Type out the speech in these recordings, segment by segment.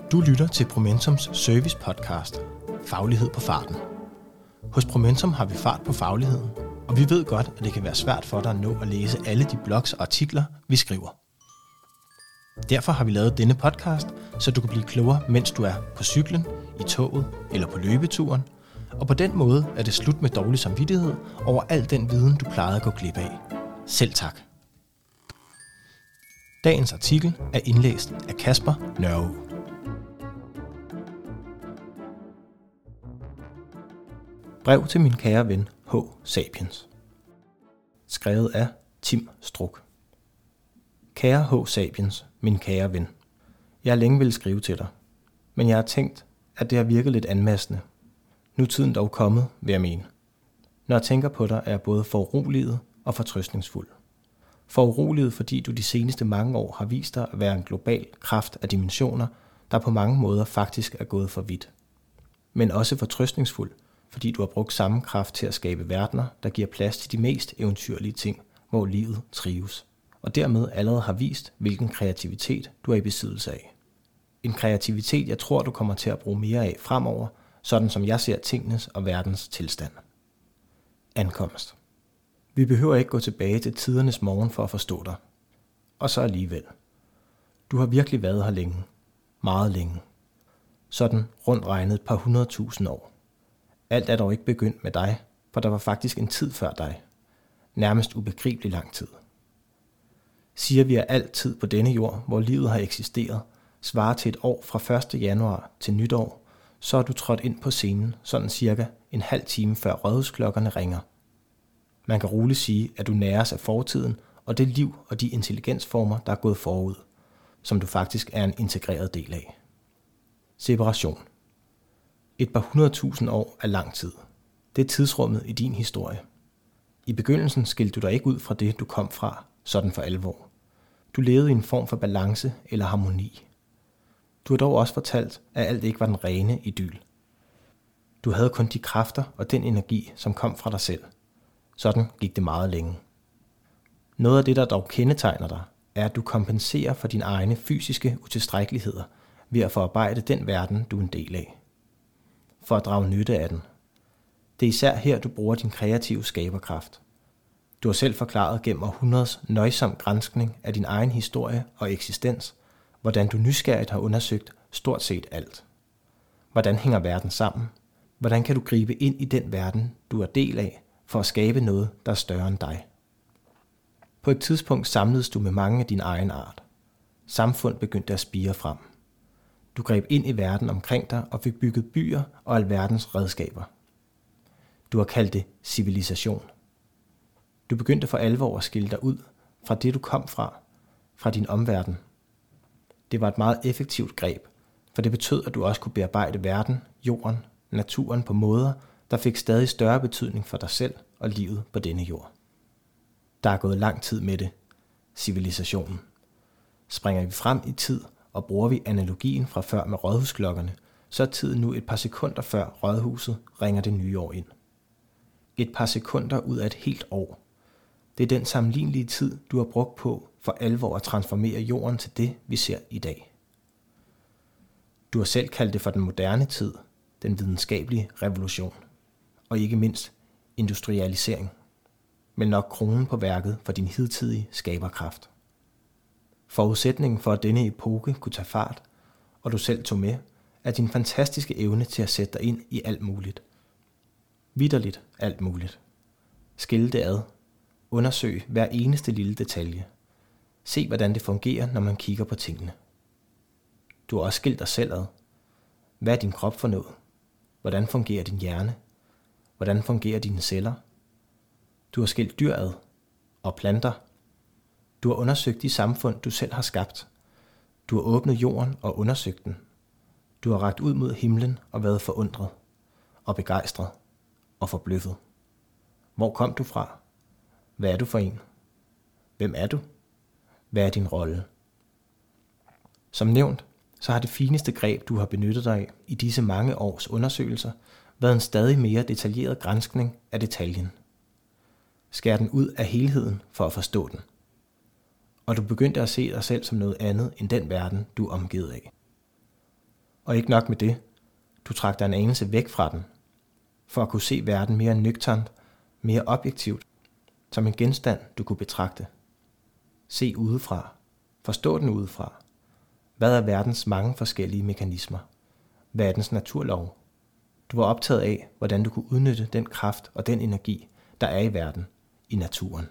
Du lytter til Promentums service podcast, Faglighed på farten. Hos Promentum har vi fart på fagligheden, og vi ved godt, at det kan være svært for dig at nå at læse alle de blogs og artikler, vi skriver. Derfor har vi lavet denne podcast, så du kan blive klogere, mens du er på cyklen, i toget eller på løbeturen, og på den måde er det slut med dårlig samvittighed over al den viden, du plejede at gå glip af. Selv tak. Dagens artikel er indlæst af Kasper Nørreå. Brev til min kære ven H. Sapiens. Skrevet af Tim Struk. Kære H. Sapiens, min kære ven. Jeg har længe ville skrive til dig, men jeg har tænkt, at det har virket lidt anmassende. Nu er tiden dog kommet, vil jeg mene. Når jeg tænker på dig, er jeg både foruroliget og fortrøstningsfuld. Foruroliget, fordi du de seneste mange år har vist dig at være en global kraft af dimensioner, der på mange måder faktisk er gået for vidt. Men også fortrøstningsfuld, fordi du har brugt samme kraft til at skabe verdener, der giver plads til de mest eventyrlige ting, hvor livet trives, og dermed allerede har vist, hvilken kreativitet du er i besiddelse af. En kreativitet, jeg tror, du kommer til at bruge mere af fremover, sådan som jeg ser tingenes og verdens tilstand. Ankomst. Vi behøver ikke gå tilbage til tidernes morgen for at forstå dig. Og så alligevel. Du har virkelig været her længe. Meget længe. Sådan rundt regnet et par 100.000 år. Alt er dog ikke begyndt med dig, for der var faktisk en tid før dig. Nærmest ubegribelig lang tid. Siger vi, at al tid på denne jord, hvor livet har eksisteret, svarer til et år fra 1. januar til nytår, så er du trådt ind på scenen sådan cirka en halv time før rådhusklokkerne ringer. Man kan roligt sige, at du næres af fortiden og det liv og de intelligensformer, der er gået forud, som du faktisk er en integreret del af. Separation. Et par 100.000 år er lang tid. Det er tidsrummet i din historie. I begyndelsen skilte du dig ikke ud fra det, du kom fra, sådan for alvor. Du levede i en form for balance eller harmoni. Du har dog også fortalt, at alt ikke var den rene idyl. Du havde kun de kræfter og den energi, som kom fra dig selv. Sådan gik det meget længe. Noget af det, der dog kendetegner dig, er, at du kompenserer for dine egne fysiske utilstrækkeligheder ved at forarbejde den verden, du er en del af. For at drage nytte af den. Det er især her, du bruger din kreative skaberkraft. Du har selv forklaret gennem århundreders nøjsom granskning af din egen historie og eksistens, hvordan du nysgerrigt har undersøgt stort set alt. Hvordan hænger verden sammen? Hvordan kan du gribe ind i den verden, du er del af, for at skabe noget, der er større end dig? På et tidspunkt samledes du med mange af din egen art. Samfund begyndte at spire frem. Du greb ind i verden omkring dig og fik bygget byer og alverdens redskaber. Du har kaldt det civilisation. Du begyndte for alvor at skille dig ud fra det, du kom fra din omverden. Det var et meget effektivt greb, for det betød, at du også kunne bearbejde verden, jorden, naturen på måder, der fik stadig større betydning for dig selv og livet på denne jord. Der er gået lang tid med det, civilisationen. Springer vi frem i tid og bruger vi analogien fra før med rådhusklokkerne, så er tiden nu et par sekunder før rådhuset ringer det nye år ind. Et par sekunder ud af et helt år. Det er den sammenlignelige tid, du har brugt på for alvor at transformere jorden til det, vi ser i dag. Du har selv kaldt det for den moderne tid, den videnskabelige revolution, og ikke mindst industrialisering, men nok kronen på værket for din hidtidige skaberkraft. Forudsætningen for, at denne epoke kunne tage fart, og du selv tog med, er din fantastiske evne til at sætte dig ind i alt muligt. Vitterligt alt muligt. Skille det ad. Undersøg hver eneste lille detalje. Se, hvordan det fungerer, når man kigger på tingene. Du har også skilt dig selv ad. Hvad er din krop for noget? Hvordan fungerer din hjerne? Hvordan fungerer dine celler? Du har skilt dyr ad. Og planter. Du har undersøgt de samfund, du selv har skabt. Du har åbnet jorden og undersøgt den. Du har rakt ud mod himlen og været forundret. Og begejstret. Og forbløffet. Hvor kom du fra? Hvad er du for en? Hvem er du? Hvad er din rolle? Som nævnt, så har det fineste greb, du har benyttet dig af i disse mange års undersøgelser, været en stadig mere detaljeret granskning af detaljen. Skær den ud af helheden for at forstå den. Og du begyndte at se dig selv som noget andet end den verden, du er omgivet af. Og ikke nok med det, du trak dig en anelse væk fra den, for at kunne se verden mere nøgternt, mere objektivt, som en genstand, du kunne betragte. Se udefra, forstå den udefra. Hvad er verdens mange forskellige mekanismer? Hvad er dens naturlov? Du var optaget af, hvordan du kunne udnytte den kraft og den energi, der er i verden, i naturen.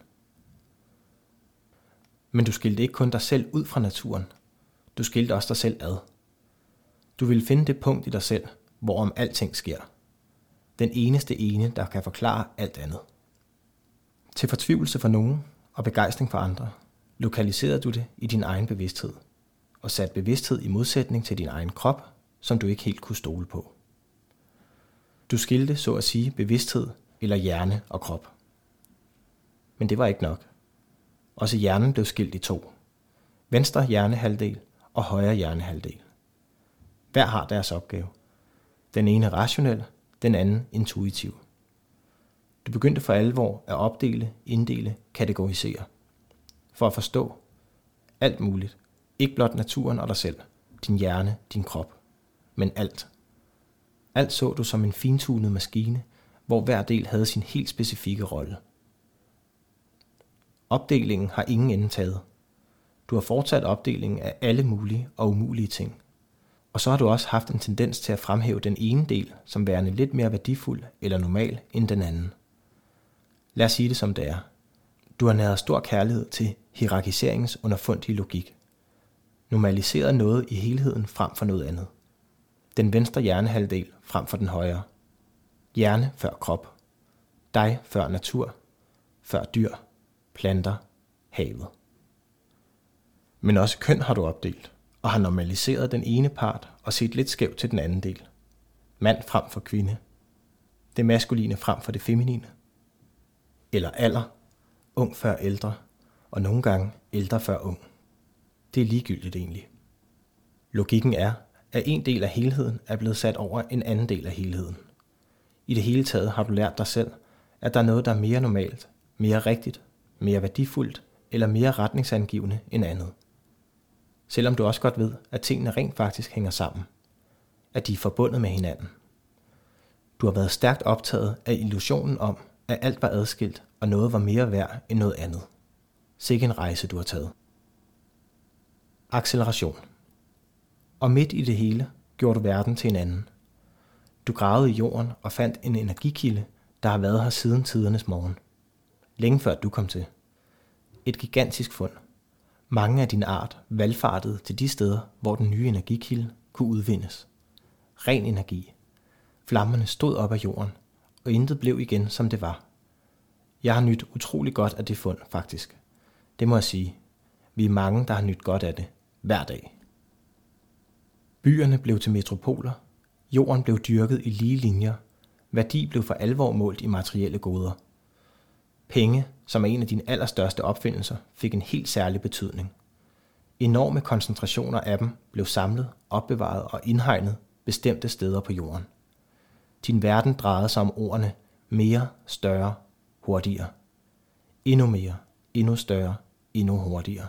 Men du skilte ikke kun dig selv ud fra naturen. Du skilte også dig selv ad. Du ville finde det punkt i dig selv, hvorom alting sker. Den eneste ene, der kan forklare alt andet. Til fortvivlelse for nogen og begejstring for andre, lokaliserede du det i din egen bevidsthed, og satte bevidsthed i modsætning til din egen krop, som du ikke helt kunne stole på. Du skilte, så at sige, bevidsthed eller hjerne og krop. Men det var ikke nok. Også hjernen blev skilt i to. Venstre hjernehalvdel og højre hjernehalvdel. Hver har deres opgave. Den ene rationel, den anden intuitiv. Du begyndte for alvor at opdele, inddele, kategorisere. For at forstå alt muligt. Ikke blot naturen og dig selv, din hjerne, din krop, men alt. Alt så du som en fintunet maskine, hvor hver del havde sin helt specifikke rolle. Opdelingen har ingen ende taget. Du har fortsat opdelingen af alle mulige og umulige ting. Og så har du også haft en tendens til at fremhæve den ene del som værende lidt mere værdifuld eller normal end den anden. Lad os sige det som det er. Du har næret stor kærlighed til hierarkiseringens underfundige logik. Normaliseret noget i helheden frem for noget andet. Den venstre hjernehalvdel frem for den højre. Hjerne før krop. Dig før natur. Før dyr, planter, havet. Men også køn har du opdelt, og har normaliseret den ene part og set lidt skævt til den anden del. Mand frem for kvinde. Det maskuline frem for det feminine. Eller alder. Ung før ældre, og nogle gange ældre før ung. Det er ligegyldigt egentlig. Logikken er, at en del af helheden er blevet sat over en anden del af helheden. I det hele taget har du lært dig selv, at der er noget, der er mere normalt, mere rigtigt, mere værdifuldt eller mere retningsangivende end andet. Selvom du også godt ved, at tingene rent faktisk hænger sammen. At de er forbundet med hinanden. Du har været stærkt optaget af illusionen om, at alt var adskilt, og noget var mere værd end noget andet. Sikke en rejse, du har taget. Acceleration. Og midt i det hele gjorde du verden til en anden. Du gravede i jorden og fandt en energikilde, der har været her siden tidernes morgen. Længe før du kom til. Et gigantisk fund. Mange af din art valfartede til de steder, hvor den nye energikilde kunne udvindes. Ren energi. Flammerne stod op af jorden, og intet blev igen, som det var. Jeg har nydt utrolig godt af det fund, faktisk. Det må jeg sige. Vi er mange, der har nydt godt af det, hver dag. Byerne blev til metropoler. Jorden blev dyrket i lige linjer. Værdi blev for alvor målt i materielle goder. Penge, som er en af dine allerstørste opfindelser, fik en helt særlig betydning. Enorme koncentrationer af dem blev samlet, opbevaret og indhegnet bestemte steder på jorden. Din verden drejede sig om ordene mere, større, hurtigere. Endnu mere, endnu større, endnu hurtigere.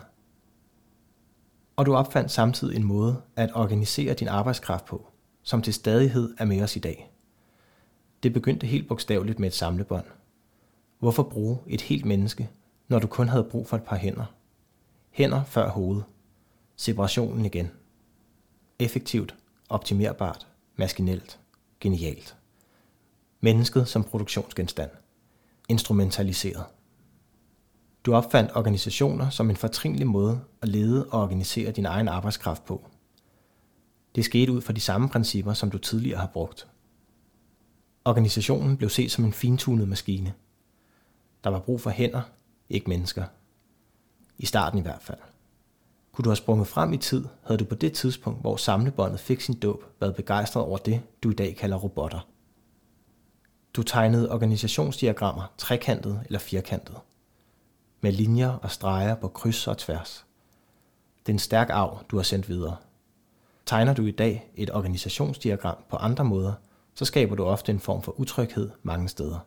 Og du opfandt samtidig en måde at organisere din arbejdskraft på, som til stadighed er med os i dag. Det begyndte helt bogstaveligt med et samlebånd. Hvorfor bruge et helt menneske, når du kun havde brug for et par hænder? Hænder før hoved. Separationen igen. Effektivt, optimerbart, maskinelt, genialt. Mennesket som produktionsgenstand. Instrumentaliseret. Du opfandt organisationer som en fortrinlig måde at lede og organisere din egen arbejdskraft på. Det skete ud fra de samme principper, som du tidligere har brugt. Organisationen blev set som en fintunet maskine. Der var brug for hænder, ikke mennesker. I starten i hvert fald. Kunne du have sprunget frem i tid, havde du på det tidspunkt, hvor samlebåndet fik sin dåb, været begejstret over det, du i dag kalder robotter. Du tegnede organisationsdiagrammer trekantet eller firkantet. Med linjer og streger på kryds og tværs. Det er en stærk arv, du har sendt videre. Tegner du i dag et organisationsdiagram på andre måder, så skaber du ofte en form for utryghed mange steder.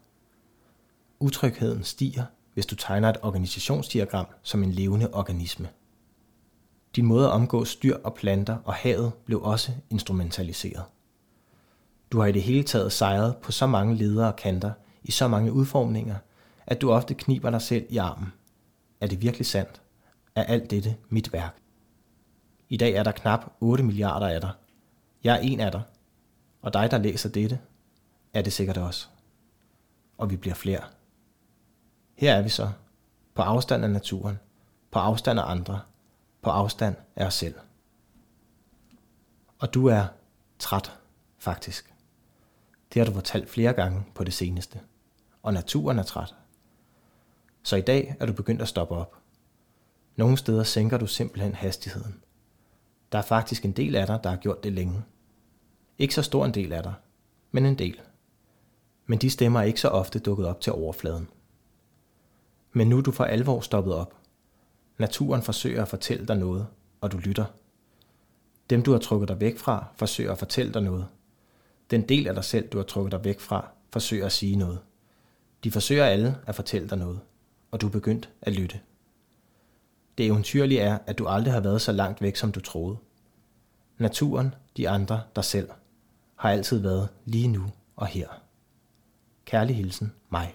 Utrygheden stiger, hvis du tegner et organisationsdiagram som en levende organisme. Din måde at omgås dyr og planter og havet blev også instrumentaliseret. Du har i det hele taget sejret på så mange ledder og kanter, i så mange udformninger, at du ofte kniber dig selv i armen. Er det virkelig sandt? Er alt dette mit værk? I dag er der knap 8 milliarder af dig. Jeg er en af dig. Og dig, der læser dette, er det sikkert også. Og vi bliver flere. Her er vi så, på afstand af naturen, på afstand af andre, på afstand af os selv. Og du er træt, faktisk. Det har du fortalt flere gange på det seneste. Og naturen er træt. Så i dag er du begyndt at stoppe op. Nogle steder sænker du simpelthen hastigheden. Der er faktisk en del af dig, der har gjort det længe. Ikke så stor en del af dig, men en del. Men de stemmer er ikke så ofte dukket op til overfladen. Men nu er du for alvor stoppet op. Naturen forsøger at fortælle dig noget, og du lytter. Dem, du har trukket dig væk fra, forsøger at fortælle dig noget. Den del af dig selv, du har trukket dig væk fra, forsøger at sige noget. De forsøger alle at fortælle dig noget, og du er begyndt at lytte. Det eventyrlige er, at du aldrig har været så langt væk, som du troede. Naturen, de andre, dig selv, har altid været lige nu og her. Kærlig hilsen, mig.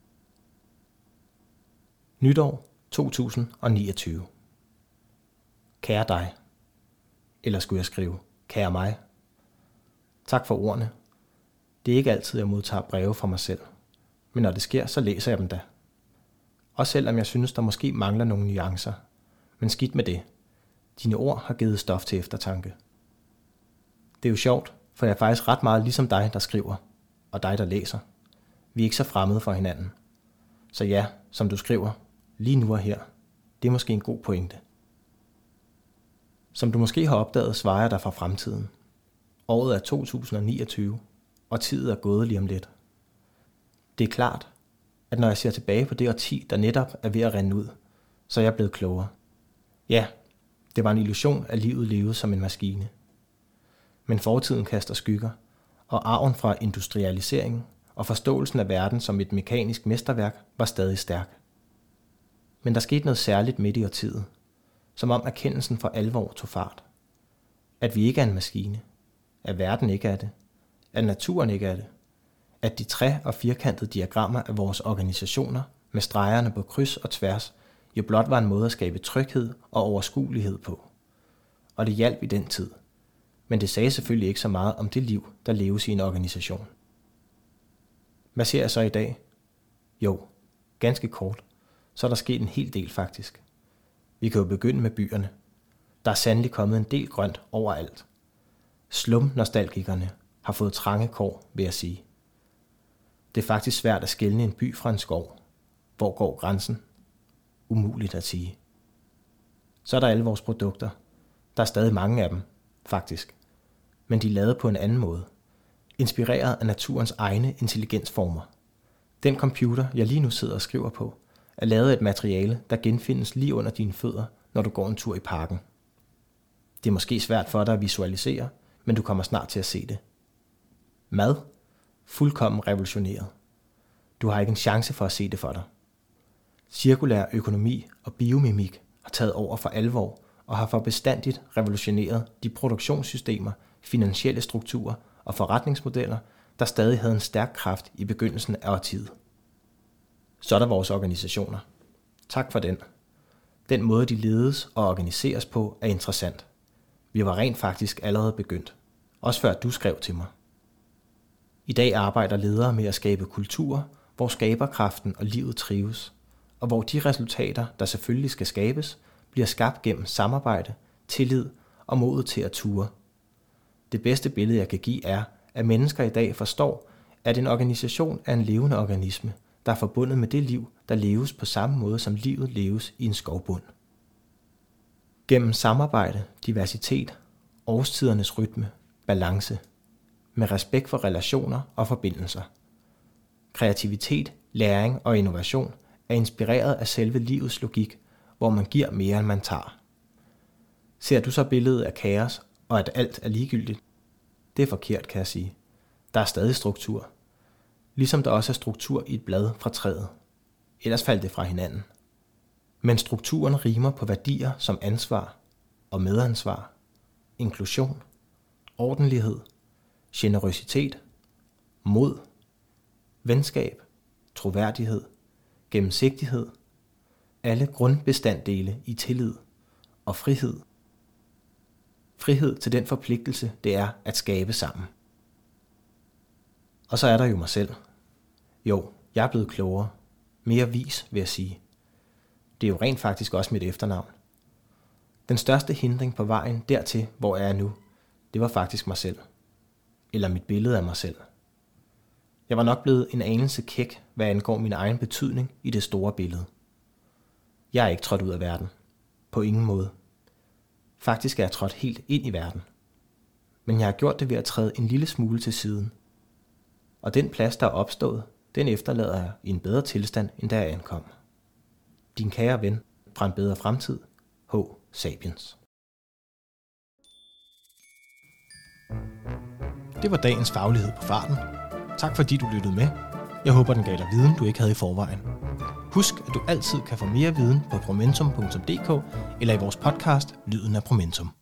Nytår 2029. Kære dig. Eller skulle jeg skrive, kære mig. Tak for ordene. Det er ikke altid, jeg modtager breve fra mig selv. Men når det sker, så læser jeg dem da. Også selvom jeg synes, der måske mangler nogle nuancer. Men skidt med det. Dine ord har givet stof til eftertanke. Det er jo sjovt, for jeg er faktisk ret meget ligesom dig, der skriver, og dig, der læser. Vi er ikke så fremmede for hinanden. Så ja, som du skriver, lige nu og her, det er måske en god pointe. Som du måske har opdaget, svarer jeg dig fra fremtiden. Året er 2029, og tiden er gået lige om lidt. Det er klart, at når jeg ser tilbage på det årti, der netop er ved at rinde ud, så er jeg blevet klogere. Ja, det var en illusion, at livet levede som en maskine. Men fortiden kaster skygger, og arven fra industrialiseringen og forståelsen af verden som et mekanisk mesterværk var stadig stærk. Men der skete noget særligt midt i årtiet, som om erkendelsen for alvor tog fart. At vi ikke er en maskine, at verden ikke er det, at naturen ikke er det, at de træ- og firkantede diagrammer af vores organisationer med stregerne på kryds og tværs jo blot var en måde at skabe tryghed og overskuelighed på. Og det hjalp i den tid. Men det sagde selvfølgelig ikke så meget om det liv, der leves i en organisation. Hvad ser jeg så i dag? Jo, ganske kort, så er der sket en hel del faktisk. Vi kan jo begynde med byerne. Der er sandelig kommet en del grønt overalt. Slum-nostalgikerne har fået trange kår, vil jeg sige. Det er faktisk svært at skelne en by fra en skov. Hvor går grænsen? Umuligt at sige. Så er der alle vores produkter. Der er stadig mange af dem, faktisk. Men de er lavet på en anden måde. Inspireret af naturens egne intelligensformer. Den computer, jeg lige nu sidder og skriver på, er lavet af et materiale, der genfindes lige under dine fødder, når du går en tur i parken. Det er måske svært for dig at visualisere, men du kommer snart til at se det. Mad. Fuldkommen revolutioneret. Du har ikke en chance for at se det for dig. Cirkulær økonomi og biomimik har taget over for alvor og har for bestandigt revolutioneret de produktionssystemer, finansielle strukturer og forretningsmodeller, der stadig havde en stærk kraft i begyndelsen af årtiet. Så er der vores organisationer. Tak for den. Den måde, de ledes og organiseres på, er interessant. Vi var rent faktisk allerede begyndt. Også før du skrev til mig. I dag arbejder ledere med at skabe kulturer, hvor skaberkraften og livet trives, og hvor de resultater, der selvfølgelig skal skabes, bliver skabt gennem samarbejde, tillid og modet til at ture. Det bedste billede, jeg kan give, er, at mennesker i dag forstår, at en organisation er en levende organisme, der er forbundet med det liv, der leves på samme måde, som livet leves i en skovbund. Gennem samarbejde, diversitet, årstidernes rytme, balance, med respekt for relationer og forbindelser. Kreativitet, læring og innovation er inspireret af selve livets logik, hvor man giver mere, end man tager. Ser du så billedet af kaos, og at alt er ligegyldigt? Det er forkert, kan jeg sige. Der er stadig struktur. Ligesom der også er struktur i et blad fra træet. Ellers faldt det fra hinanden. Men strukturen rimer på værdier som ansvar, og medansvar, inklusion, ordentlighed, generøsitet, mod, venskab, troværdighed, gennemsigtighed, alle grundbestanddele i tillid og frihed. Frihed til den forpligtelse, det er at skabe sammen. Og så er der jo mig selv. Jo, jeg er blevet klogere. Mere vis, vil jeg sige. Det er jo rent faktisk også mit efternavn. Den største hindring på vejen dertil, hvor jeg er nu, det var faktisk mig selv. Eller mit billede af mig selv. Jeg var nok blevet en anelse kæk, hvad angår min egen betydning i det store billede. Jeg er ikke trådt ud af verden. På ingen måde. Faktisk er jeg trådt helt ind i verden. Men jeg har gjort det ved at træde en lille smule til siden. Og den plads, der er opstået, den efterlader jeg i en bedre tilstand, end da jeg ankom. Din kære ven fra en bedre fremtid, H. Sapiens. Det var dagens faglighed på farten. Tak fordi du lyttede med. Jeg håber, den gav dig viden, du ikke havde i forvejen. Husk, at du altid kan få mere viden på promentum.dk eller i vores podcast Lyden af Promentum.